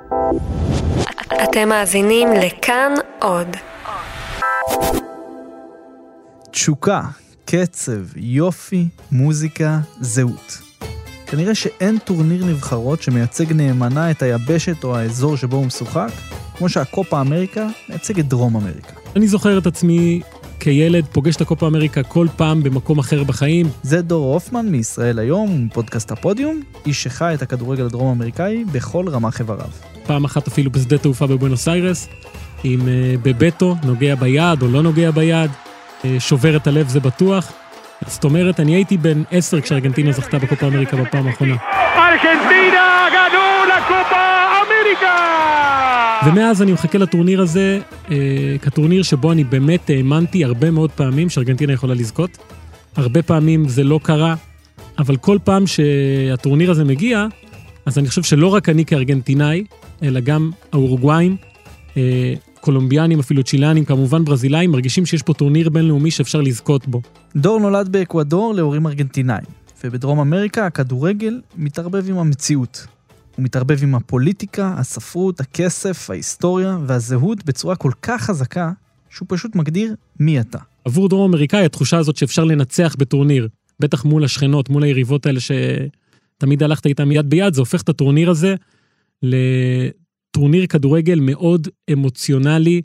אתם מאזינים לכאן עוד. תשוקה, קצב, יופי, מוזיקה, זהות. כנראה שאין טורניר נבחרות שמייצג נאמנה את היבשת או האזור שבו הוא משוחק, כמו שהקופה אמריקה מייצג את דרום אמריקה. אני זוכר את עצמי כילד פוגש את הקופה אמריקה כל פעם במקום אחר בחיים. זה דור הופמן מישראל היום, פודקאסט הפודיום, איש שחי את הכדורגל הדרום אמריקאי בכל רמ"ח איבריו. פעם אחת אפילו בשדה תעופה בבואנוס איירס, עם בבטו, נוגע ביד או לא נוגע ביד, שובר את הלב זה בטוח. זאת אומרת, אני הייתי בן 10 כשארגנטינה זכתה בקופה אמריקה בפעם האחרונה. ארגנטינה גנו לקופה אמריקה! ומאז אני מחכה לטורניר הזה, כטורניר שבו אני באמת האמנתי הרבה מאוד פעמים שארגנטינה יכולה לזכות. הרבה פעמים זה לא קרה, אבל כל פעם שהטורניר הזה מגיע, אז אני חושב שלא רק אני כארגנטינאי, אלא גם האורוגוואים, קולומביאנים, אפילו צ'ילנים, כמובן ברזילאים, מרגישים שיש פה טורניר בינלאומי שאפשר לזכות בו. דור נולד באקוודור להורים ארגנטינאים, ובדרום אמריקה הכדורגל מתערבב עם המציאות. הוא מתערבב עם הפוליטיקה, הספרות, הכסף, ההיסטוריה והזהות בצורה כל כך חזקה, שהוא פשוט מגדיר מי אתה. עבור דרום אמריקאי התחושה הזאת שאפשר לנצח בטורניר, בטח מול השכנות, מול היריבות האלה שתמיד הלכת איתם יד ביד, זה הופך את הטורניר הזה לטורניר כדורגל מאוד אמוציונלי,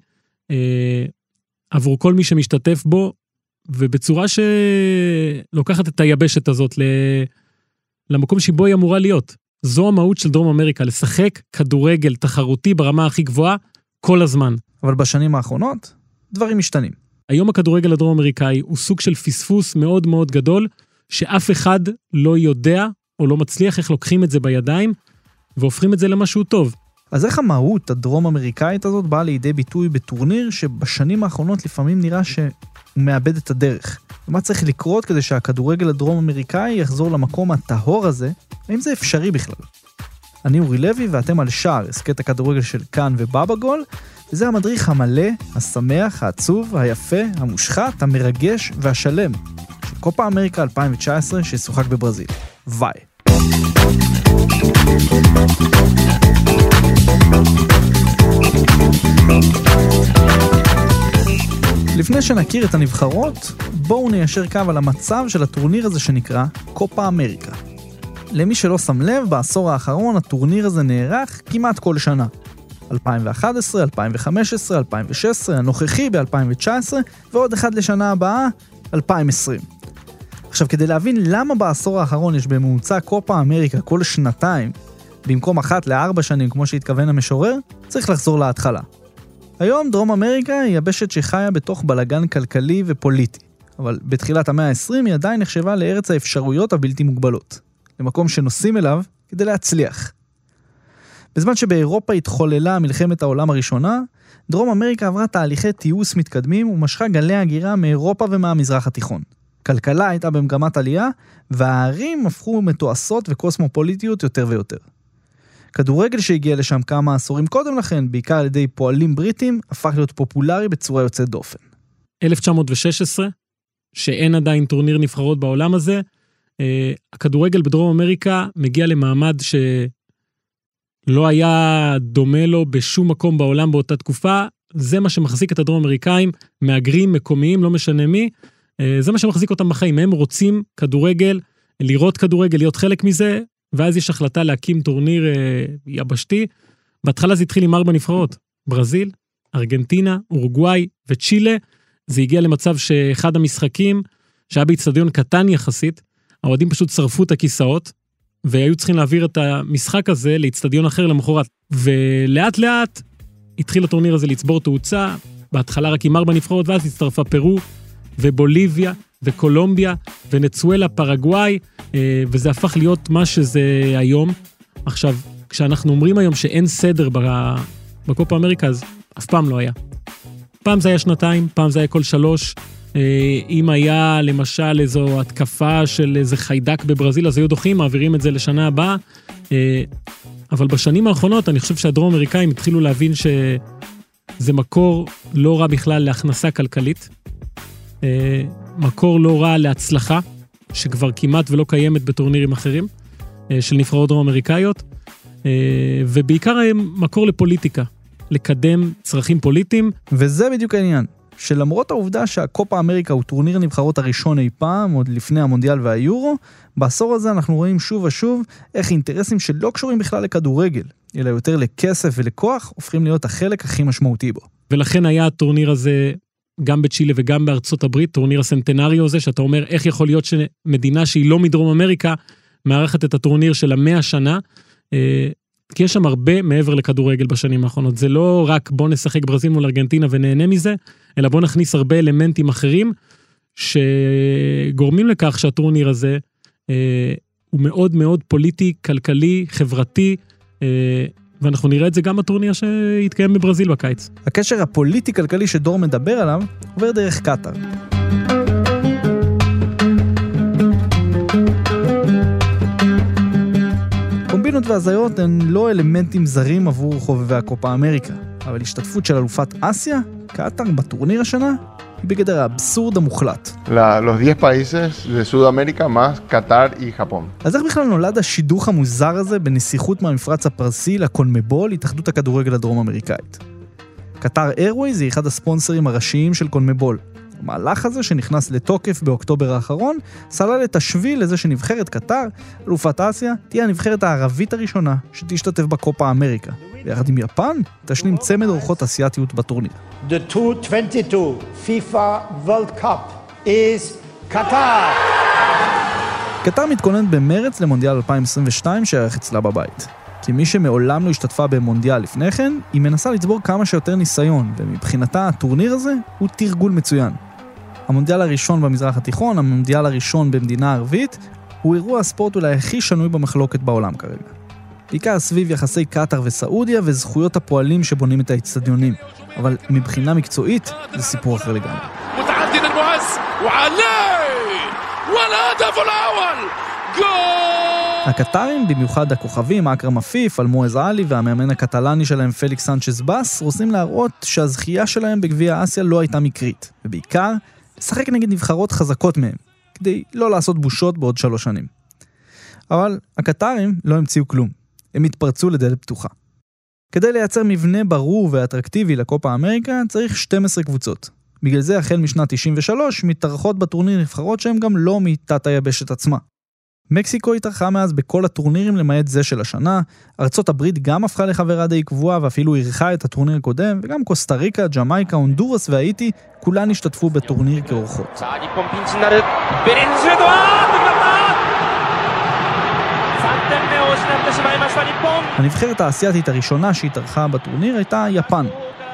עבור כל מי שמשתתף בו, ובצורה שלוקחת את היבשת הזאת למקום שבו היא אמורה להיות. זו המהות של דרום אמריקה, לשחק כדורגל תחרותי ברמה הכי גבוהה כל הזמן. אבל בשנים האחרונות, דברים משתנים. היום הכדורגל הדרום אמריקאי הוא סוג של פספוס מאוד מאוד גדול, שאף אחד לא יודע או לא מצליח איך לוקחים את זה בידיים, והופכים את זה למשהו טוב. אז איך המהות הדרום אמריקאית הזאת באה לידי ביטוי בטורניר שבשנים האחרונות לפעמים נראה שהוא מאבד את הדרך? ומה צריך לקרות כדי שהכדורגל הדרום אמריקאי יחזור למקום הטהור הזה? האם זה אפשרי בכלל? אני אורי לוי ואתם על שער, הסקט הכדורגל של כאן ובאבא גול, וזה המדריך המלא, השמח, העצוב, היפה, המושחת, המרגש והשלם של קופה אמריקה 2019 ששוחק בברזיל. ביי. לפני שנכיר את הנבחרות, בואו ניישר קו על המצב של הטורניר הזה שנקרא קופה אמריקה. למי שלא שם לב, בעשור האחרון הטורניר הזה נערך כמעט כל שנה. 2011, 2015, 2016, הנוכחי ב-2019, ועוד אחד לשנה הבאה, 2020. עכשיו, כדי להבין למה בעשור האחרון יש בממוצע קופה אמריקה כל שנתיים, במקום 1 ל4 שנים כמו שהתכוון המשורר, צריך לחזור להתחלה. היום דרום אמריקה היא יבשת שחיה בתוך בלגן כלכלי ופוליטי, אבל בתחילת המאה ה-20 היא עדיין נחשבה לארץ האפשרויות הבלתי מוגבלות, למקום שנוסעים אליו כדי להצליח. בזמן שבאירופה התחוללה מלחמת העולם הראשונה, דרום אמריקה עברה תהליכי תיעוש מתקדמים ומשכה גלי הגירה מאירופה ומהמזרח התיכון. כלכלה הייתה במגמת עלייה, והערים הפכו מתועשות וקוסמופוליטיות יותר ויותר. כדורגל שהגיע לשם כמה עשורים קודם לכן, בעיקר על ידי פועלים בריטים, הפך להיות פופולרי בצורה יוצאת דופן. 1916, שאין עדיין טורניר נבחרות בעולם הזה, הכדורגל בדרום אמריקה מגיע למעמד שלא היה דומה לו בשום מקום בעולם באותה תקופה. זה מה שמחזיק את הדרום אמריקאים, מאגרים, מקומיים, לא משנה מי, זה מה שמחזיק אותם בחיים. הם רוצים כדורגל, לראות כדורגל, להיות חלק מזה, ואז יש החלטה להקים טורניר יבשתי. בהתחלה זה התחיל עם 4 נבחרות, ברזיל, ארגנטינה, אורוגוואי וצ'ילה. זה הגיע למצב שאחד המשחקים, שהיה באצטדיון קטן יחסית, האוהדים פשוט שרפו את הכיסאות, והיו צריכים להעביר את המשחק הזה לאצטדיון אחר למחרת. ולאט לאט התחיל הטורניר הזה לצבור תאוצה, בהתחלה רק עם 4 נבחרות, ואז הצטרפה פרו ובוליביה וקולומביה ונצואלה, פרגוואי, וזה הפך להיות מה שזה היום. עכשיו, כשאנחנו אומרים היום שאין סדר בקופה אמריקה, אז אף פעם לא היה. פעם זה היה 2, פעם זה היה כל 3, אם היה למשל איזו התקפה של איזה חיידק בברזיל, אז היו דוחים, מעבירים את זה לשנה הבאה, אבל בשנים האחרונות אני חושב שהדרום אמריקאים התחילו להבין שזה מקור לא רע בכלל להכנסה כלכלית, מקור לא רע להצלחה, שכבר כמעט ולא קיימת בטורנירים אחרים, של נבחרות דרום אמריקאיות, ובעיקר מקור לפוליטיקה, לקדם צרכים פוליטיים. וזה בדיוק העניין, שלמרות העובדה שהקופה אמריקה הוא טורניר הנבחרות הראשון אי פעם, עוד לפני המונדיאל והיורו, בעשור הזה אנחנו רואים שוב ושוב איך אינטרסים שלא קשורים בכלל לכדורגל, אלא יותר לכסף ולכוח, הופכים להיות החלק הכי משמעותי בו. ולכן היה הטורניר הזה גם בצ'ילה וגם בארצות הברית, טורניר הסנטנריו הזה, שאתה אומר איך יכול להיות שמדינה שהיא לא מדרום אמריקה, מארחת את הטורניר של 100 שנה, כי יש שם הרבה מעבר לכדורגל בשנים האחרונות. זה לא רק בוא נשחק ברזיל מול ארגנטינה ונהנה מזה, אלא בוא נכניס הרבה אלמנטים אחרים, שגורמים לכך שהטורניר הזה הוא מאוד מאוד פוליטי, כלכלי, חברתי, ואנחנו נראה את זה גם בטורניר שהתקיים בברזיל בקיץ. הקשר הפוליטי-כלכלי שדור מדבר עליו עובר דרך קטר. קומבינות והזיות הן לא אלמנטים זרים עבור חובבי הקופה אמריקה, אבל השתתפות של אלופת אסיה, קטר, בטורניר השנה, היא בגדר האבסורד המוחלט. Los 10 países de Sudamérica más Qatar y Japón. אז איך בכלל נולד השידוך המוזר הזה בנסיכות מהמפרץ הפרסי לקונמבול, התאחדות הכדורגל הדרום אמריקאית? קטר איירווייז היא אחד הספונסרים הראשיים של קונמבול. המהלך הזה שנכנס לתוקף באוקטובר האחרון, סלל את השביל לזה שנבחרת קטר, אלופת אסיה, תהיה הנבחרת הערבית הראשונה שתשתתף בקופה אמריקה. ויחד עם יפן, תשלים צמד אורחות אסיאתיות בטורניר. The 2022 FIFA World Cup is Qatar. קטר מתכוננת במרץ למונדיאל 2022 שערך אצלה בבית. כי מי שמעולם לא השתתפה במונדיאל לפני כן, היא מנסה לצבור כמה שיותר ניסיון, ומבחינתה הטורניר הזה הוא תרגול מצוין. המונדיאל הראשון במזרח התיכון, המונדיאל הראשון במדינה ערבית, הוא אירוע הספורט אולי הכי שנוי במחלוקת בעולם כרגע. בעיקר סביב יחסי קטר וסעודיה וזכויות הפועלים שבונים את האצטדיונים. אבל מבחינה מקצועית זה סיפור אחר לגמרי. متعدد المعز وعلي والهدف الأول جول. הקטרים, במיוחד הכוכבים, אכרם עפיף, אלמועז עלי והמאמן הקטלני שלהם פליקס סנצ'ז בס, רוצים להראות שהזכייה שלהם בגביע אסיה לא הייתה מקרית, ובעיקר לשחק נגד נבחרות חזקות מהם, כדי לא לעשות בושות בעוד 3 שנים. אבל הקטרים לא המציאו כלום, הם התפרצו לדלת פתוחה. כדי לייצר מבנה ברור ואטרקטיבי לקופה אמריקה, צריך 12 קבוצות. בגלל זה החל משנת 93 מתארחות בטורניר נבחרות שהן גם לא מתת היבשת עצמה. מקסיקו התארחה מאז בכל הטורנירים למעט זה של השנה, ארצות הברית גם הפכה לחברה די קבועה ואפילו אירחה את הטורניר הקודם, וגם קוסטה ריקה, ג'מייקה, הונדורס והאיטי, כולן השתתפו בטורניר כאורחות. הנבחרת האסייתית הראשונה שהתארחה בטורניר הייתה יפן,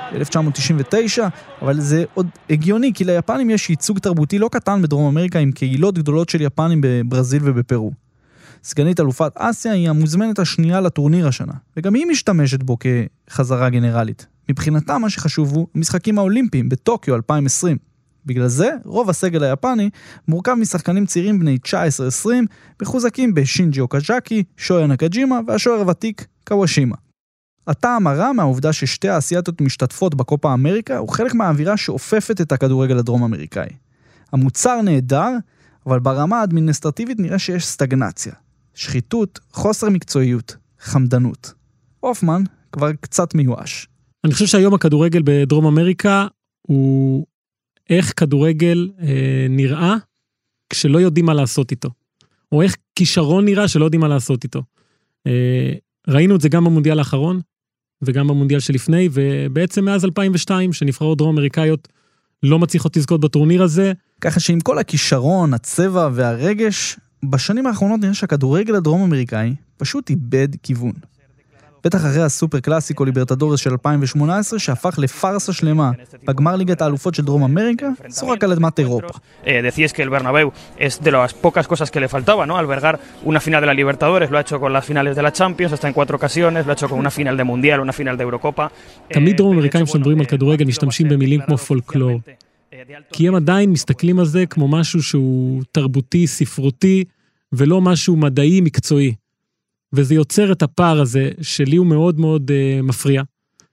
ב-1999, אבל זה עוד הגיוני, כי ליפנים יש ייצוג תרבותי לא קטן בדרום אמריקה עם קהילות גדולות של יפנים בברזיל ובפרו. סגנית אלופת אסיה היא המוזמנת השנייה לטורניר השנה, וגם היא משתמשת בו כחזרה גנרלית. מבחינתה מה שחשוב הוא המשחקים האולימפיים בטוקיו 2020. בגלל זה רוב הסגל היפני מורכב משחקנים צעירים בני 19-20, מחוזקים בשינג'י אוקאז'קי, שויה נקג'ימה והשוער הוותיק קוואשימה. הטעם הרע מהעובדה ששתי האסייתות משתתפות בקופה אמריקה הוא חלק מהאווירה שאופפת את הכדורגל הדרום אמריקאי. המוצר נהדר, אבל ברמה האדמיניסטרטיבית נראה שיש סטגנציה, שחיתות, חוסר מקצועיות, חמדנות. אופמן כבר קצת מיואש. אני חושב שהיום הכדורגל בדרום אמריקה הוא איך כדורגל נראה כשלא יודעים מה לעשות איתו. או איך כישרון נראה שלא יודעים מה לעשות איתו. ראינו את זה גם במונדיאל האחרון, וגם במונדיאל שלפני, ובעצם מאז 2002, שנבחרות דרום אמריקאיות לא מצליחות לזכות בטורניר הזה. ככה שעם כל הכישרון, הצבע והרגש, בשנים האחרונות נראה שהכדורגל הדרום אמריקאי פשוט איבד כיוון. בטח אחרי הסופר קלאסיקו ליברטדורס של 2018, שהפך לפרסה שלמה בגמר ליגת האלופות של דרום אמריקה, שורק על אדמת אירופה. Decíais que el Bernabéu es de las pocas cosas que le faltaba, ¿no? Albergar una final de la Libertadores, lo ha hecho con las finales de la Champions, hasta en 4 ocasiones, lo ha hecho con una final de Mundial, una final de Eurocopa. תמיד דרום אמריקאים שמדברים על כדורגל משתמשים במילים כמו פולקלור. כי הם עדיין מסתכלים על זה כמו משהו שהוא תרבותי, ספרותי, ולא משהו מדעי, מקצועי. וזה יוצר את הפער הזה, שלי הוא מאוד מאוד מפריע,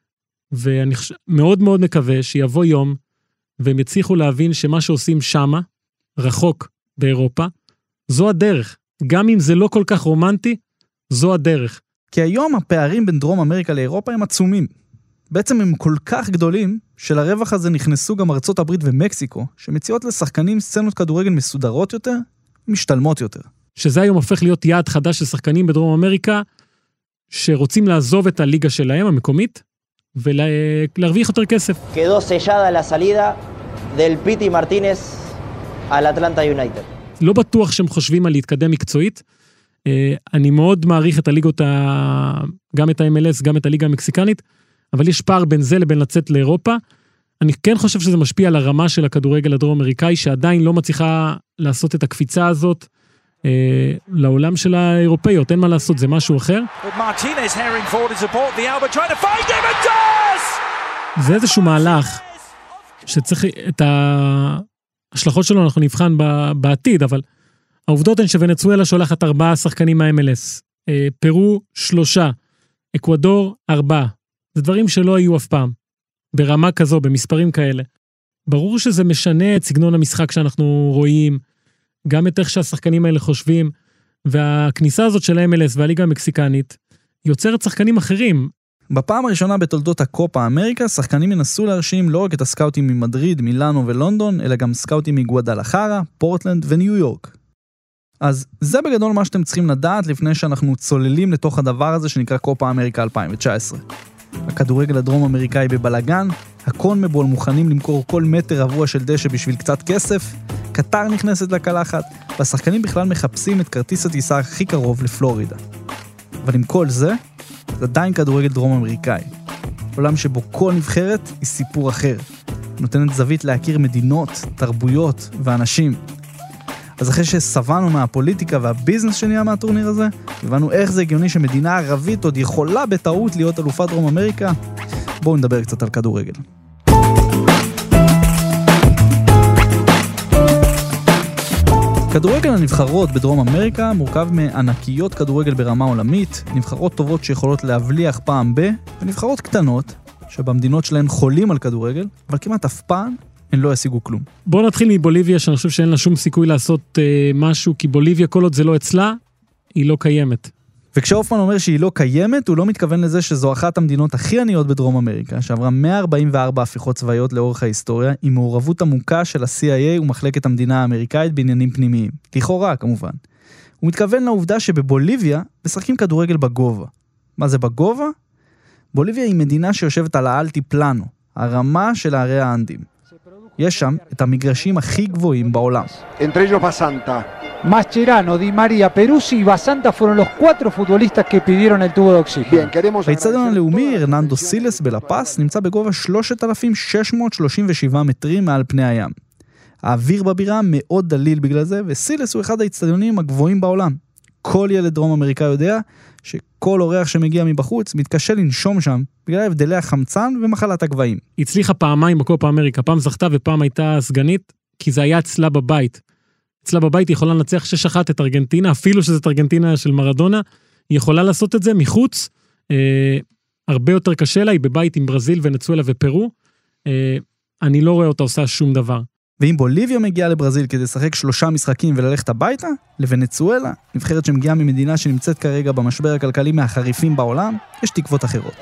ואני מאוד מאוד מקווה שיבוא יום, והם יצליחו להבין שמה שעושים שמה, רחוק באירופה, זו הדרך. גם אם זה לא כל כך רומנטי, זו הדרך. כי היום הפערים בין דרום אמריקה לאירופה הם עצומים. בעצם הם כל כך גדולים, שלרווח הזה נכנסו גם ארצות הברית ומקסיקו, שמציעות לשחקנים סצנות כדורגל מסודרות יותר, משתלמות יותר. שזה היום הופך להיות יעד חדש של שחקנים בדרום אמריקה, שרוצים לעזוב את הליגה שלהם, המקומית, ולהרוויח יותר כסף. quedó sellada la salida del Piti Martínez al Atlanta United. לא בטוח שהם חושבים על להתקדם מקצועית. אני מאוד מעריך את הליגות, גם את ה-MLS, גם את הליגה המקסיקנית, אבל יש פער בין זה לבין לצאת לאירופה. אני כן חושב שזה משפיע על הרמה של הכדורגל הדרום אמריקאי, שעדיין לא מצליחה לעשות את הקפיצה הזאת לעולם של האירופאיות. אין מה לעשות, זה משהו אחר. זה איזשהו מהלך שצריך את ההשלכות שלו, אנחנו נבחן בעתיד, אבל העובדות הן שוונצואלה שולחת 4 שחקנים מה-MLS, פרו 3, אקוודור 4. זה דברים שלא היו אף פעם, ברמה כזו, במספרים כאלה. ברור שזה משנה את סגנון המשחק שאנחנו רואים, גם את איך שהשחקנים האלה חושבים, והכניסה הזאת של ה-MLS והליגה המקסיקנית, יוצרת שחקנים אחרים. בפעם הראשונה בתולדות הקופה אמריקה, שחקנים ינסו להרשים לא רק את הסקאוטים ממדריד, מילאנו ולונדון, אלא גם סקאוטים מגואדלחרה, פורטלנד וניו יורק. אז זה בגדול מה שאתם צריכים לדעת לפני שאנחנו צוללים לתוך הדבר הזה שנקרא קופה אמריקה 2019. הכדורגל הדרום אמריקאי בבלגן, הקונמבול מוכנים למכור כל מטר רבוע של דשא בשביל קצת כסף, קטר נכנסת לקלחת, והשחקנים בכלל מחפשים את כרטיס הטיסה הכי קרוב לפלורידה. אבל עם כל זה, זה עדיין כדורגל דרום אמריקאי. עולם שבו כל נבחרת היא סיפור אחר. נותנת זווית להכיר מדינות, תרבויות ואנשים. אז אחרי שסבנו מהפוליטיקה והביזנס שנהיה מהטורניר הזה, הבנו איך זה הגיוני שמדינה ערבית עוד יכולה בטעות להיות אלופת דרום אמריקה. בואו נדבר קצת על כדורגל. כדורגל הנבחרות בדרום אמריקה מורכב מענקיות כדורגל ברמה עולמית, נבחרות טובות שיכולות להבליח פעם ונבחרות קטנות, שבמדינות שלהן חולים על כדורגל, אבל כמעט אף פעם הן לא ישיגו כלום. בואו נתחיל מבוליביה, שאני חושב שאין לה שום סיכוי לעשות משהו, כי בוליביה כל עוד זה לא אצלה, היא לא קיימת. וכשאופמן אומר שהיא לא קיימת, הוא לא מתכוון לזה שזו אחת המדינות הכי עניות בדרום אמריקה, שעברה 144 הפיכות צבאיות לאורך ההיסטוריה, עם מעורבות עמוקה של ה-CIA ומחלקת המדינה האמריקאית בעניינים פנימיים. לכאורה, כמובן. הוא מתכוון לעובדה שבבוליביה משחקים כדורגל בגובה. מה זה בגובה? בוליביה היא מדינה שיושבת על האלטיפלנו, הרמה של הערי האנדים. יש שם את המגרשים הכי גבוהים בעולם. Entre ellos Basanta. Mascherano, Di María, Peruzzi y Basanta fueron los 4 futbolistas que pidieron el tubo de oxígeno. האצטדיון הלאומי, הרננדו סילס בלפס, נמצא בגובה 3,637 מטרים מעל פני הים. האוויר בבירה מאוד דליל בגלל זה, וסילס הוא אחד האצטדיונים הגבוהים בעולם. כל ילד דרום אמריקה יודע שכל אורח שמגיע מבחוץ מתקשה לנשום שם, בגלל הבדלי החמצן ומחלת הגבהים. הצליחה פעמיים בקופה אמריקה, פעם זכתה ופעם הייתה סגנית, כי זה היה אצלה בבית. אצלה בבית היא יכולה לנצח 6-1 את ארגנטינה, אפילו שזאת ארגנטינה של מרדונה, היא יכולה לעשות את זה מחוץ, הרבה יותר קשה לה, היא בבית עם ברזיל, ונצואלה ופרו, אני לא רואה אותה עושה שום דבר. ואם בוליביה מגיעה לברזיל כדי לשחק 3 משחקים וללכת הביתה, לוונצואלה, נבחרת שמגיעה ממדינה שנמצאת כרגע במשבר הכלכלי מהחריפים בעולם, יש תקוות אחרות.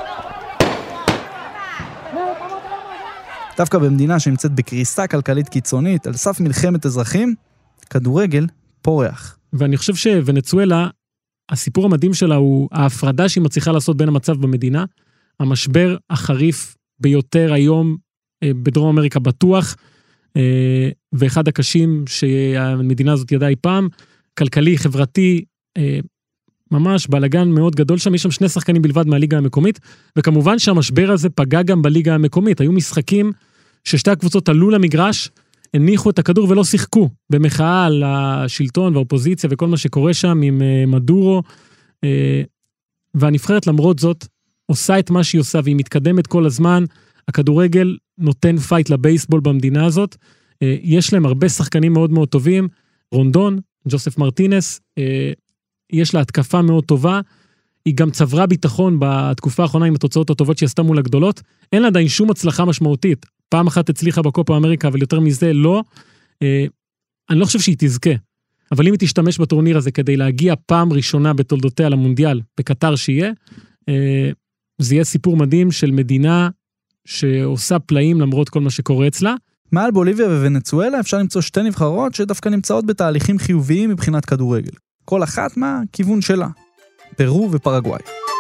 דווקא במדינה שנמצאת בקריסה כלכלית קיצונית, על סף מלחמת אזרחים, כדורגל פורח. ואני חושב שוונצואלה, הסיפור המדהים שלה הוא ההפרדה שהיא מצליחה לעשות בין המצב במדינה, המשבר החריף ביותר היום בדרום אמריקה בטוח, ואחד הקשים שהמדינה הזאת ידעה אי פעם, כלכלי, חברתי, ממש בלגן מאוד גדול שם, יש שם 2 שחקנים בלבד מהליגה המקומית, וכמובן שהמשבר הזה פגע גם בליגה המקומית, היו משחקים ששתי הקבוצות עלו למגרש, הניחו את הכדור ולא שיחקו, במחאה על השלטון והאופוזיציה וכל מה שקורה שם עם מדורו, והנבחרת למרות זאת עושה את מה שהיא עושה, והיא מתקדמת כל הזמן, הכדורגל נותן פייט לבייסבול במדינה הזאת, יש להם הרבה שחקנים מאוד מאוד טובים, רונדון, ג'וסף מרטינס, יש לה התקפה מאוד טובה, היא גם צברה ביטחון בתקופה האחרונה עם התוצאות הטובות שהיא עשתה מול הגדולות, אין לה עדיין שום הצלחה משמעותית, פעם אחת הצליחה בקופה אמריקה, אבל יותר מזה לא, אני לא חושב שהיא תזכה, אבל אם היא תשתמש בטורניר הזה כדי להגיע פעם ראשונה בתולדותיה למונדיאל, בקטר שיהיה, זה יהיה סיפור מדהים של מדינה שעושה פלאים למרות כל מה שקורה אצלה. מעל בוליביה וונצואלה אפשר למצוא שתי נבחרות שדווקא נמצאות בתהליכים חיוביים מבחינת כדורגל. כל אחת מהכיוון שלה. פרו ופרגוואי.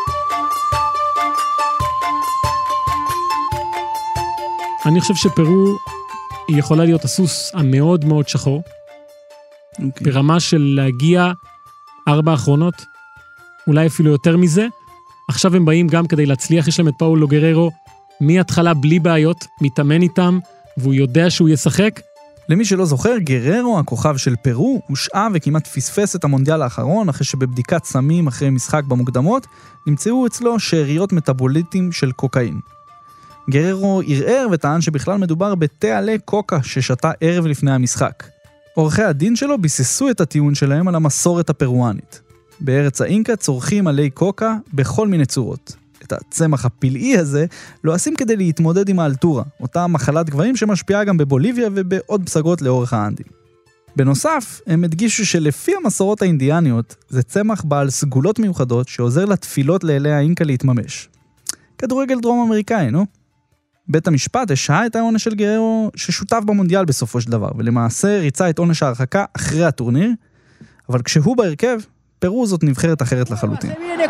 אני חושב שפרו היא יכולה להיות הסוס המאוד מאוד שחור, ברמה של להגיע 4 האחרונות, אולי אפילו יותר מזה. עכשיו הם באים גם כדי להצליח, יש להם את פאולו גררו, מההתחלה בלי בעיות, מתאמן איתם, והוא יודע שהוא ישחק. למי שלא זוכר, גררו, הכוכב של פרו, הושעה וכמעט פספס את המונדיאל האחרון, אחרי שבבדיקת סמים אחרי משחק במוקדמות, נמצאו אצלו שאריות מטאבוליטים של קוקאין. גררו ערער וטען שבכלל מדובר בתה עלי קוקה ששתה ערב לפני המשחק. עורכי הדין שלו ביססו את הטיעון שלהם על המסורת הפרואנית. בארץ האינקה צורכים עלי קוקה בכל מיני צורות. את הצמח הפלאי הזה לא עושים כדי להתמודד עם האלטורה, אותה מחלת גבהים שמשפיעה גם בבוליביה ובעוד פסגות לאורך האנדים. בנוסף, הם הדגישו שלפי המסורות האינדיאניות, זה צמח בעל סגולות מיוחדות שעוזר לתפילות לאלי האינקה להתממש. כדורגל דרום אמריקאי, נו? בית המשפט השעה את העונש של גררו ששותף במונדיאל בסופו של דבר, ולמעשה ריצה את עונש ההרחקה אחרי הטורניר, אבל כשהוא בהרכב, פרו זאת נבחרת אחרת לחלוטין.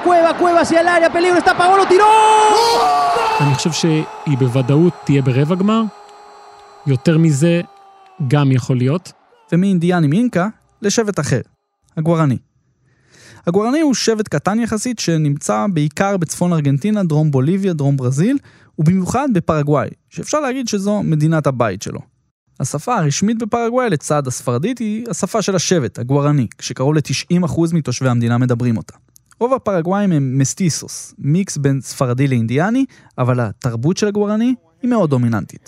אני חושב שהיא בוודאות תהיה ברבע גמר, יותר מזה גם יכול להיות. ומאינדיאנים אינקה לשבט אחר, הגוארני. הגוארני הוא שבט קטן יחסית שנמצא בעיקר בצפון ארגנטינה, דרום בוליביה, דרום ברזיל, ובמיוחד בפרגוואי, שאפשר להגיד שזו מדינת הבית שלו. השפה הרשמית בפרגוואי לצד הספרדית היא השפה של השבט, הגוארני, כשקרוב ל-90% מתושבי המדינה מדברים אותה. רוב הפרגוואיים הם מסטיסוס, מיקס בין ספרדי לאינדיאני, אבל התרבות של הגוארני היא מאוד דומיננטית.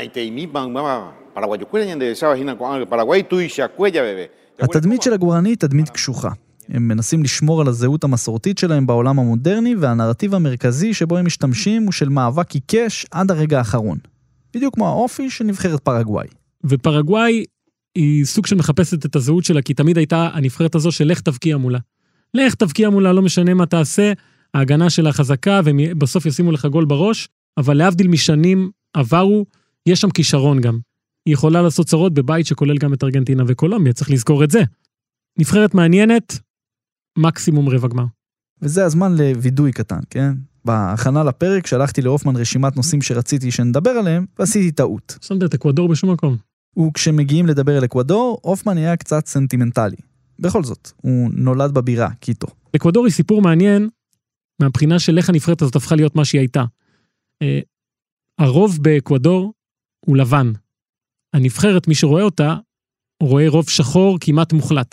התדמית של הגוארני היא תדמית קשוחה. הם מנסים לשמור על הזהות המסורתית שלהם בעולם המודרני, והנרטיב המרכזי שבו הם משתמשים הוא של מאבק עיקש עד הרגע האחרון. בדיוק כמו האופי של נבחרת פרגוואי. ופרגוואי היא סוג של מחפשת את הזהות שלה, כי תמיד הייתה הנבחרת הזו של לך תבקיע מולה. לך תבקיע מולה, לא משנה מה תעשה, ההגנה שלה חזקה, ובסוף ישימו לך גול בראש, אבל להבדיל משנים עברו, יש שם כישרון גם. היא יכולה לעשות צרות בבית שכולל גם את ארגנטינה וקולומביה, צריך לזכור את זה. נבחרת מעניינת, מקסימום רבע גמר. וזה הזמן לוידוי קטן, כן? בהכנה לפרק שלחתי לאופמן רשימת נושאים שרציתי שנדבר עליהם, ועשיתי טעות. שמת את אקוודור בשום מקום. וכשמגיעים לדבר על אקוודור, אופמן היה קצת סנטימנטלי. בכל זאת, הוא נולד בבירה, קיטו. אקוודור היא סיפור מעניין, מהבחינה של איך הנבחרת הזאת הפכה להיות מה שהיא הייתה. הרוב באקוודור הוא לבן. הנבחרת, מי שרואה אותה, רואה רוב שחור כמעט מוחלט.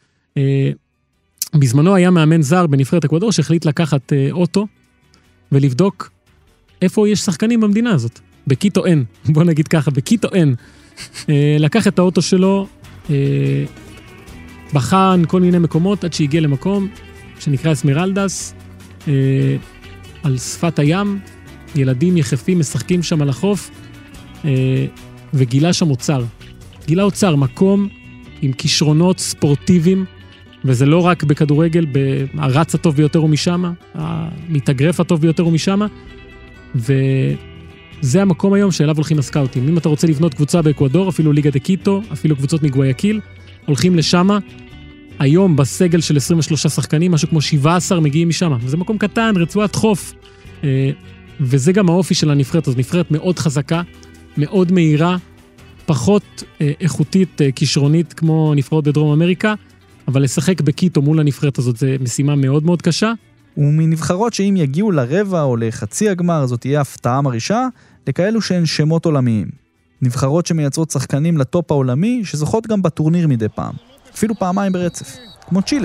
בזמנו היה מאמן זר בנבחרת אקוודור שהחליט לקחת אוטו ולבדוק איפה יש שחקנים במדינה הזאת. בקיטו אין, בוא נגיד ככה, בקיטו אין. לקח את האוטו שלו, בחן כל מיני מקומות עד שהגיע למקום שנקרא אסמרלדס, על שפת הים, ילדים יחפים משחקים שם על החוף, וגילה שם אוצר. גילה אוצר, מקום עם כישרונות ספורטיביים, וזה לא רק בכדורגל, הרץ הטוב ביותר הוא משמה, המתאגרף הטוב ביותר הוא משמה, וזה המקום היום שאליו הולכים הסקאוטים. אם אתה רוצה לבנות קבוצה באקוודור, אפילו ליגה דה קיטו, אפילו קבוצות מגוויאקיל, הולכים לשמה. היום בסגל של 23 שחקנים, משהו כמו 17 מגיעים משמה. וזה מקום קטן, רצועת חוף. וזה גם האופי של הנבחרת. אז נבחרת מאוד חזקה, מאוד מהירה, פחות איכותית, כישרונית, כמו נבחרות בדרום אמריקה, אבל לשחק בקיטו מול הנבחרת הזאת זה משימה מאוד מאוד קשה. ומנבחרות שאם יגיעו לרבע או לחצי הגמר, זאת תהיה הפתעה מרעישה, לכאלו שהן שמות עולמיים. נבחרות שמייצרות שחקנים לטופ העולמי, שזוכות גם בטורניר מדי פעם. אפילו פעמיים ברצף, כמו צ'ילה.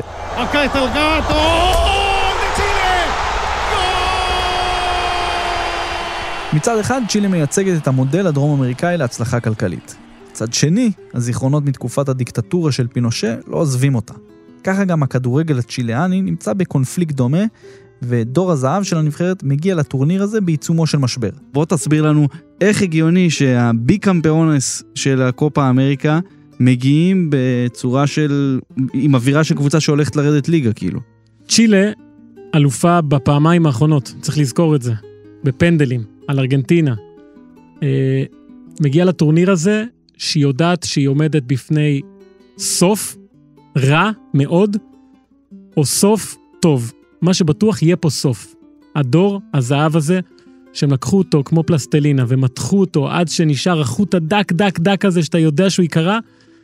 מצד אחד, צ'ילה מייצגת את המודל הדרום-אמריקאי להצלחה כלכלית. מצד שני, הזיכרונות מתקופת הדיקטטורה של פינושה לא עוזבים אותה. ככה גם הכדורגל הצ'יליאני נמצא בקונפליקט דומה, ודור הזהב של הנבחרת מגיע לטורניר הזה בעיצומו של משבר. בוא תסביר לנו איך הגיוני שהבי קמפיונס של הקופה אמריקה מגיעים בצורה של, עם אווירה של קבוצה שהולכת לרדת ליגה, כאילו. צ'ילה אלופה בפעמיים האחרונות, צריך לזכור את זה, בפנדלים, על ארגנטינה. מגיעה לטורניר הזה, שהיא יודעת שהיא עומדת בפני סוף רע מאוד, או סוף טוב. מה שבטוח יהיה פה סוף. הדור הזהב הזה, שהם לקחו אותו כמו פלסטלינה, ומתחו אותו עד שנשאר החוט הדק דק דק הזה, שאתה יודע שהוא יקרה,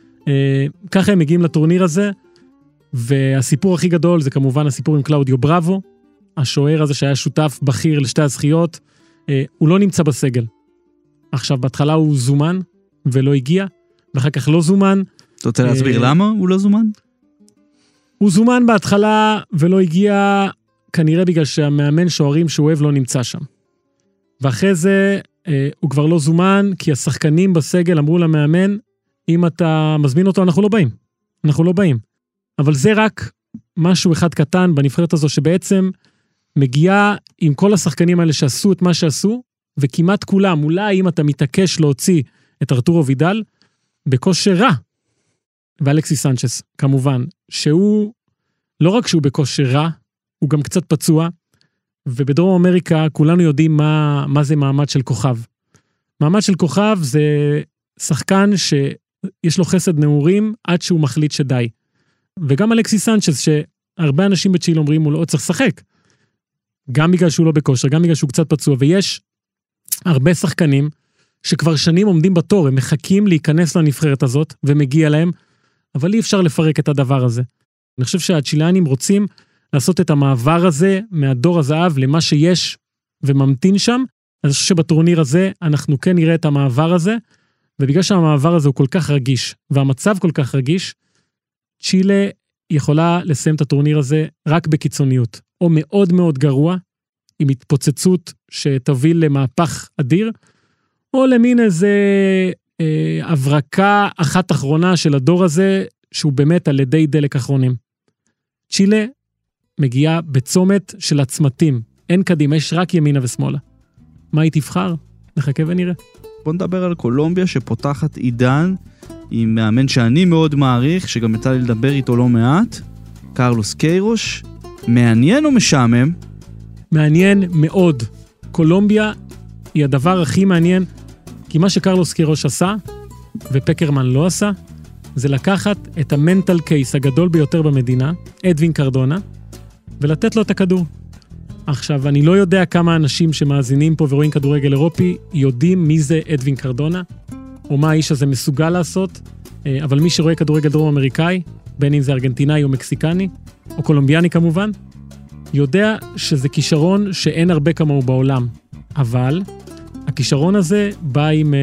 ככה הם מגיעים לטורניר הזה, והסיפור הכי גדול זה כמובן הסיפור עם קלאודיו בראבו, השוער הזה שהיה שותף בכיר לשתי הזכיות, הוא לא נמצא בסגל. עכשיו, בהתחלה הוא זומן, ולא הגיע, ואחר כך לא זומן. אתה רוצה להסביר למה הוא לא זומן? הוא זומן בהתחלה ולא הגיע, כנראה בגלל שהמאמן שוערים שהוא אוהב לא נמצא שם. ואחרי זה הוא כבר לא זומן, כי השחקנים בסגל אמרו למאמן, אם אתה מזמין אותו, אנחנו לא באים. אנחנו לא באים. אבל זה רק משהו אחד קטן בנבחרת הזו, שבעצם מגיעה עם כל השחקנים האלה שעשו את מה שעשו, וכמעט כולם, אולי אם אתה מתעקש להוציא את ארתורו וידל, בכושר רע. ואלכסיס סנצ'ס, כמובן, שהוא, לא רק שהוא בכושר רע, הוא גם קצת פצוע, ובדרום אמריקה כולנו יודעים מה זה מעמד של כוכב. מעמד של כוכב זה שחקן שיש לו חסד נעורים עד שהוא מחליט שדי. וגם אלכסיס סנצ'ס, שהרבה אנשים בצ'ילה אומרים, הוא לא צריך לשחק. גם בגלל שהוא לא בכושר, גם בגלל שהוא קצת פצוע, ויש הרבה שחקנים שכבר שנים עומדים בתור, הם מחכים להיכנס לנבחרת הזאת, ומגיע להם, אבל אי אפשר לפרק את הדבר הזה. אני חושב שהצ'ילאנים רוצים לעשות את המעבר הזה, מהדור הזהב למה שיש וממתין שם, אז אני חושב שבטורניר הזה, אנחנו כן נראה את המעבר הזה, ובגלל שהמעבר הזה הוא כל כך רגיש, והמצב כל כך רגיש, צ'ילה יכולה לסיים את הטורניר הזה רק בקיצוניות, או מאוד מאוד גרוע, עם התפוצצות שתוביל למהפך אדיר, או למין איזה הברקה אחת אחרונה של הדור הזה, שהוא באמת על ידי דלק אחרונים. צ'ילה מגיעה בצומת של הצמתים, אין קדימה, יש רק ימינה ושמאלה. מה היא תבחר? נחכה ונראה. בוא נדבר על קולומביה שפותחת עידן, עם מאמן שאני מאוד מעריך, שגם יצא לי לדבר איתו לא מעט, קרלוס קיירוש. מעניין או משעמם? מעניין מאוד. קולומביה היא הדבר הכי מעניין, כי מה שקרלוס קיירוש עשה, ופקרמן לא עשה, זה לקחת את המנטל קייס הגדול ביותר במדינה, אדווין קרדונה, ולתת לו את הכדור. עכשיו, אני לא יודע כמה אנשים שמאזינים פה ורואים כדורגל אירופי, יודעים מי זה אדווין קרדונה, או מה האיש הזה מסוגל לעשות, אבל מי שרואה כדורגל דרום אמריקאי, בין אם זה ארגנטינאי או מקסיקני, או קולומביאני כמובן, יודע שזה כישרון שאין הרבה כמוהו בעולם. אבל הכישרון הזה בא עם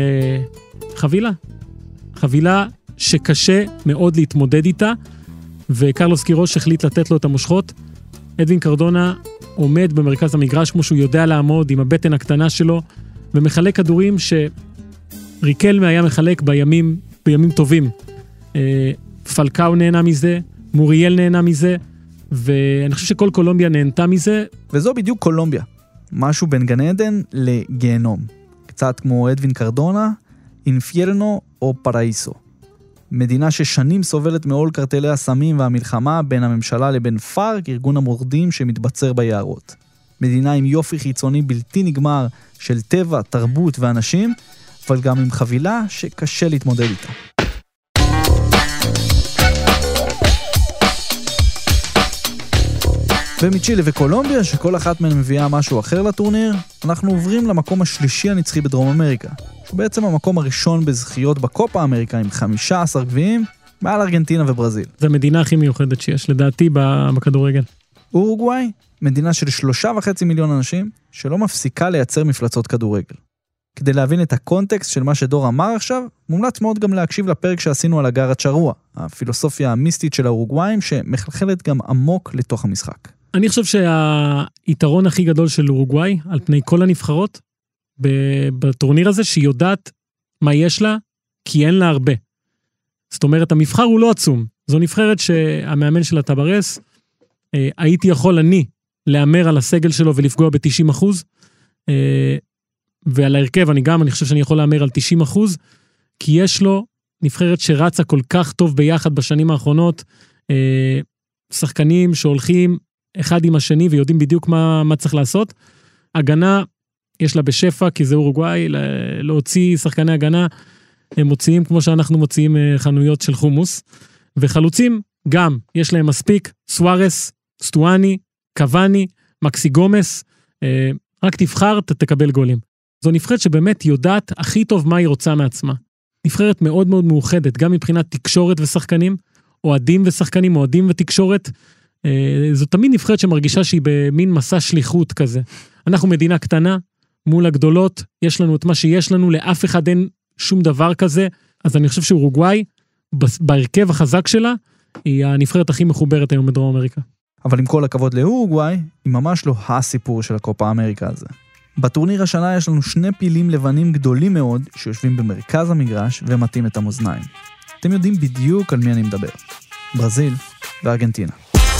חבילה שקשה מאוד להתמודד איתה, וקרלוס קיירוש החליט לתת לו את המושכות. אדווין קרדונה עומד במרכז המגרש כמו שהוא יודע לעמוד עם הבטן הקטנה שלו, ומחלק כדורים שריקלמה היה מחלק בימים טובים. פלקאו נהנה מזה, מוריאל נהנה מזה, ואני חושב שכל קולומביה נהנתה מזה. וזו בדיוק קולומביה. משהו בין גן עדן לגיהנום. קצת כמו אדווין קרדונה, אינפיירנו או פראיסו. מדינה ששנים סובלת מעול קרטלי הסמים והמלחמה בין הממשלה לבין פארק, ארגון המורדים שמתבצר ביערות. מדינה עם יופי חיצוני בלתי נגמר של טבע, תרבות ואנשים, אבל גם עם חבילה שקשה להתמודד איתה. ומצ'ילה וקולומביה, שכל אחת מהן מביאה משהו אחר לטורניר, אנחנו עוברים למקום השלישי הנצחי בדרום אמריקה, שהוא בעצם המקום הראשון בזכיות בקופה אמריקה עם 15 גביעים, מעל ארגנטינה וברזיל. זו המדינה הכי מיוחדת שיש, לדעתי, בכדורגל. אורוגוואי, מדינה של 3.5 מיליון אנשים, שלא מפסיקה לייצר מפלצות כדורגל. כדי להבין את הקונטקסט של מה שדור אמר עכשיו, מומלץ מאוד גם להקשיב לפרק שעשינו על הגארה צ'רוע, הפילוסופיה המיסטית של האורוגוואים, שמחלחלת גם עמוק לתוך המשחק. אני חושב שהיתרון הכי גדול של אורוגוואי, על פני כל הנבחרות, בטורניר הזה, שהיא יודעת מה יש לה, כי אין לה הרבה. זאת אומרת, המבחר הוא לא עצום. זו נבחרת שהמאמן שלה טברס, הייתי יכול אני לאמר על הסגל שלו ולפגוע ב-90%, ועל ההרכב אני חושב שאני יכול לאמר על 90%, כי יש לו נבחרת שרצה כל כך טוב ביחד בשנים האחרונות, שחקנים שהולכים אחד עם השני ויודעים בדיוק מה צריך לעשות. הגנה, יש לה בשפע, כי זה אורוגוואי, להוציא שחקני הגנה, הם מוציאים כמו שאנחנו מוציאים חנויות של חומוס, וחלוצים גם, יש להם מספיק, סוארס, סטואני, קוואני, מקסי גומס, רק תבחר, תקבל גולים. זו נבחרת שבאמת יודעת הכי טוב מה היא רוצה מעצמה. נבחרת מאוד מאוד מאוחדת, גם מבחינת תקשורת ושחקנים, אוהדים ושחקנים, אוהדים ותקשורת, זו תמיד נבחרת שמרגישה שהיא במין מסע שליחות כזה. אנחנו מדינה קטנה, מול הגדולות, יש לנו את מה שיש לנו, לאף אחד אין שום דבר כזה, אז אני חושב שאורוגוואי, בהרכב החזק שלה, היא הנבחרת הכי מחוברת היום בדרום אמריקה. אבל עם כל הכבוד לאורוגוואי, היא ממש לא הסיפור של הקופה אמריקה הזה. בטורניר השנה יש לנו שני פילים לבנים גדולים מאוד, שיושבים במרכז המגרש ומתאים את המאזניים. אתם יודעים בדיוק על מי אני מדבר. ברזיל וארגנטינה.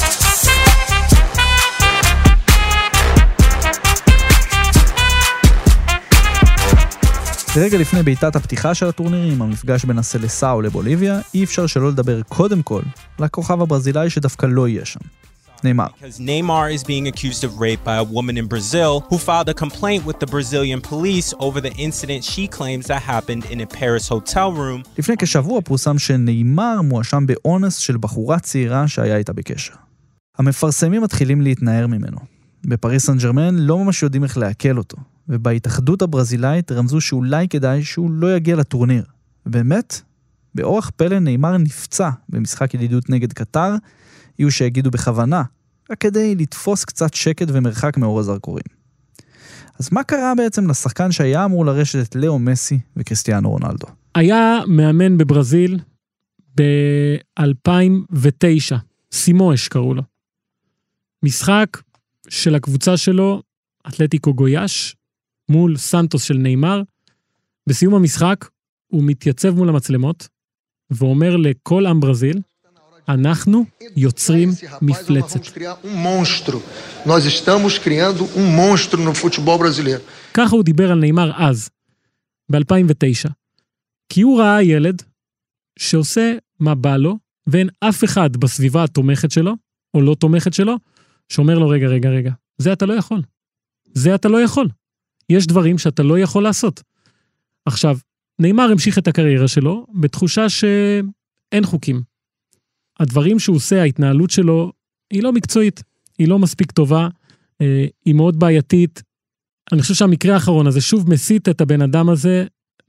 רגע לפני בעיטת הפתיחה של הטורנירים, המפגש בין הסלסאו לבוליביה, אי אפשר שלא לדבר קודם כל לכוכב הברזילאי שדווקא לא יהיה שם. ניימר. Neymar is being accused of rape by a woman in Brazil who filed a complaint with the Brazilian police over the incident she claims that happened in a Paris hotel room. לפני כשבוע פורסם שניימר מואשם באונס של בחורה צעירה שהיה איתה בקשר. המפרסמים מתחילים להתנער ממנו. בפריס סן ז'רמן לא ממש יודעים איך להקל אותו, ובהתאחדות הברזילאית רמזו שאולי כדאי שהוא לא יגיע לטורניר. ובאמת, באורח פלא ניימר נפצע במשחק ידידות נגד קטר, יהיו שיגידו בכוונה, רק כדי לתפוס קצת שקט ומרחק מאור הזרקורים. אז מה קרה בעצם לשחקן שהיה אמור לרשת את לאו מסי וקריסטיאנו רונלדו? היה מאמן בברזיל ב-2009, סימואש קראו לו. משחק של הקבוצה שלו, אתלטיקו גויאש, מול סנטוס של ניימר. בסיום המשחק הוא מתייצב מול המצלמות, ואומר לכל עם ברזיל, אנחנו יוצרים מפלצת. ככה הוא דיבר על ניימר אז, ב-2009. כי הוא ראה ילד שעושה מה בא לו, ואין אף אחד בסביבה התומכת שלו, או לא תומכת שלו, שאומר לו, רגע, זה אתה לא יכול. זה אתה לא יכול. יש דברים שאתה לא יכול לעשות. עכשיו, ניימר המשיך את הקריירה שלו, בתחושה שאין חוקים. הדברים שהוא עושה, ההתנהלות שלו, היא לא מקצועית, היא לא מספיק טובה, היא מאוד בעייתית. אני חושב שהמקרה האחרון הזה שוב מסית את הבן אדם הזה